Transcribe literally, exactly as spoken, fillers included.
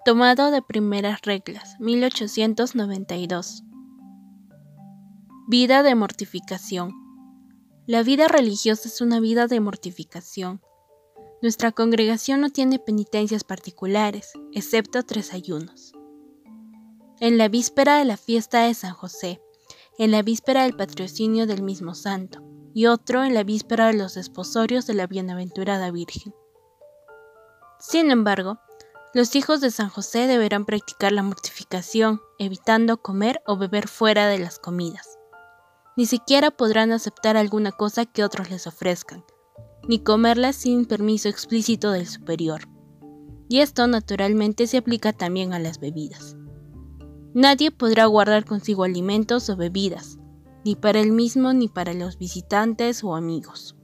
Tomado de Primeras Reglas, mil ochocientos noventa y dos. Vida de mortificación. La vida religiosa es una vida de mortificación. Nuestra congregación no tiene penitencias particulares, excepto tres ayunos. En la víspera de la fiesta de San José, en la víspera del patrocinio del mismo santo, y otro en la víspera de los desposorios de la bienaventurada Virgen. Sin embargo, los hijos de San José deberán practicar la mortificación, evitando comer o beber fuera de las comidas. Ni siquiera podrán aceptar alguna cosa que otros les ofrezcan, ni comerla sin permiso explícito del superior. Y esto naturalmente se aplica también a las bebidas. Nadie podrá guardar consigo alimentos o bebidas, ni para él mismo ni para los visitantes o amigos.